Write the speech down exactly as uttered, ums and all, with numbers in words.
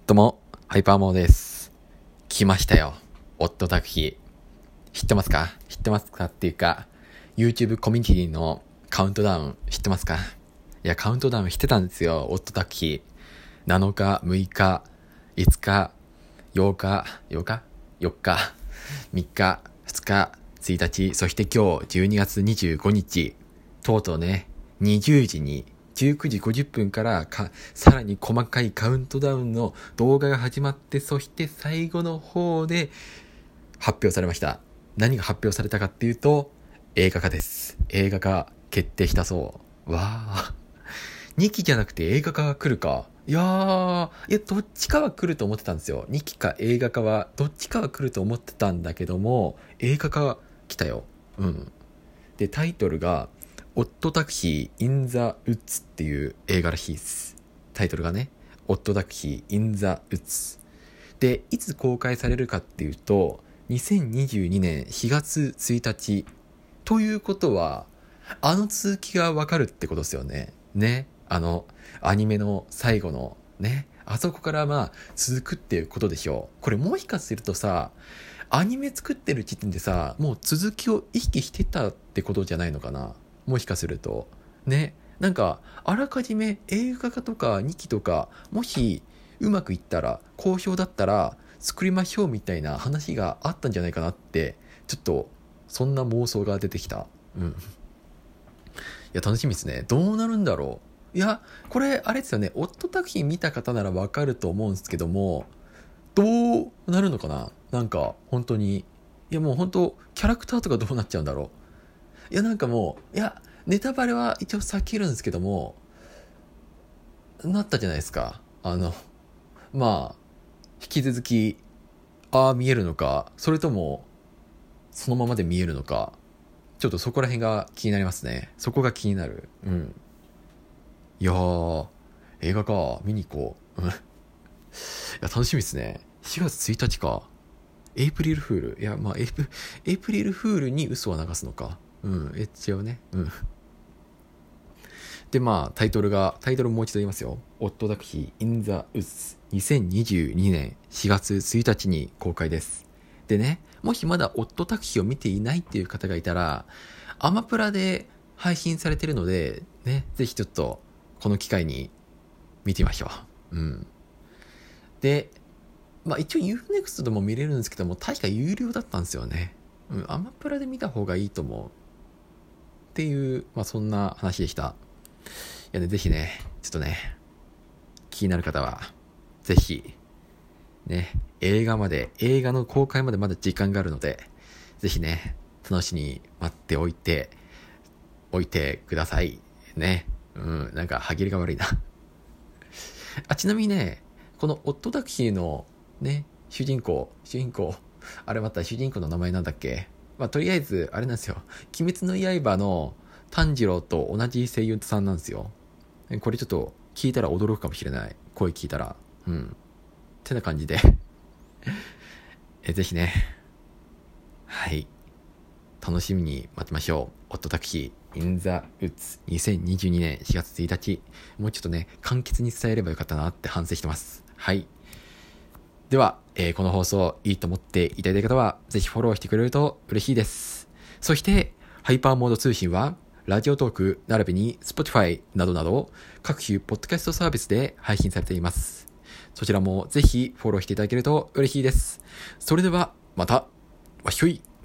どうも、ハイパーモーです。来ましたよ。オットタクヒー。知ってますか知ってますかっていうか、YouTube コミュニティのカウントダウン知ってますか？いや、カウントダウンしてたんですよ、オットタクヒー。なのか、むいか、いつか、ようか、ようか ?よっか、みっか、ふつか、ついたち、そして今日じゅうにがつにじゅうごにち、とうとうね、にじゅうじに、じゅうくじごじゅっぷんからかさらに細かいカウントダウンの動画が始まって、そして最後の方で発表されました。何が発表されたかっていうと、映画化です。映画化決定したそう。わー。にきじゃなくて映画化が来るか。いやー、いや、どっちかは来ると思ってたんですよ。にきか映画化は、どっちかは来ると思ってたんだけども、映画化来たよ。うん。で、タイトルが、オットタクシー・イン・ザ・ウッズっていう映画らしいです。タイトルがね、オットタクシー・イン・ザ・ウッズ。で、いつ公開されるかっていうと、にせんにじゅうにねんしがつついたち。ということは、あの続きがわかるってことですよね。ね。あの、アニメの最後の、ね。あそこからまあ、続くっていうことでしょう。これもしかするとさ、アニメ作ってる時点でさ、もう続きを意識してたってことじゃないのかな。もしかするとね、なんかあらかじめ映画化とかにきとか、もしうまくいったら好評だったら作りましょうみたいな話があったんじゃないかなって、ちょっとそんな妄想が出てきた。うん。いや、楽しみですね。どうなるんだろう。いや、これあれですよね、オットタクシー見た方ならわかると思うんですけども、どうなるのかな。なんか本当に、いやもう本当キャラクターとかどうなっちゃうんだろう。いやなんかもう、いやネタバレは一応避けるんですけども、なったじゃないですか。あのまあ引き続きああ見えるのか、それともそのままで見えるのか、ちょっとそこら辺が気になりますね。そこが気になる。うん。いやー、映画か、見に行こう。うん。いや楽しみですね。しがつついたちか。エイプリルフール。いやまあエイプエイプリルフールに嘘は流すのか。うん、一応ね。うん。で、まあ、タイトルが、タイトルもう一度言いますよ。オットタクシー・イン・ザ・ウッズ。にせんにじゅうにねんしがつついたちに公開です。でね、もしまだオットタクシーを見ていないっていう方がいたら、アマプラで配信されてるので、ね、ぜひちょっと、この機会に見てみましょう。うん。で、まあ一応 ユーネクスト でも見れるんですけども、確か有料だったんですよね。うん、アマプラで見た方がいいと思う。っていう、まあそんな話でした。いやね、ぜひね、ちょっとね、気になる方は、ぜひ、ね、映画まで、映画の公開までまだ時間があるので、ぜひね、楽しみに待っておいて、おいてください。ね。うん、なんか歯切れが悪いな。あ、ちなみにね、このオットタクシーのね、主人公、主人公、あれまた主人公の名前なんだっけ？まあ、とりあえず、あれなんですよ。鬼滅の刃の炭治郎と同じ声優さんなんですよ。これちょっと聞いたら驚くかもしれない。声聞いたら。うん。ってな感じで。え、ぜひね。はい。楽しみに待ちましょう。オットタクシー、インザウッズにせんにじゅうにねんしがつついたち。もうちょっとね、簡潔に伝えればよかったなって反省してます。はい。では、えー、この放送いいと思っていただいた方は、ぜひフォローしてくれると嬉しいです。そして、ハイパーモード通信は、ラジオトーク並びに Spotify などなど各種ポッドキャストサービスで配信されています。そちらもぜひフォローしていただけると嬉しいです。それではまた、わっしょい。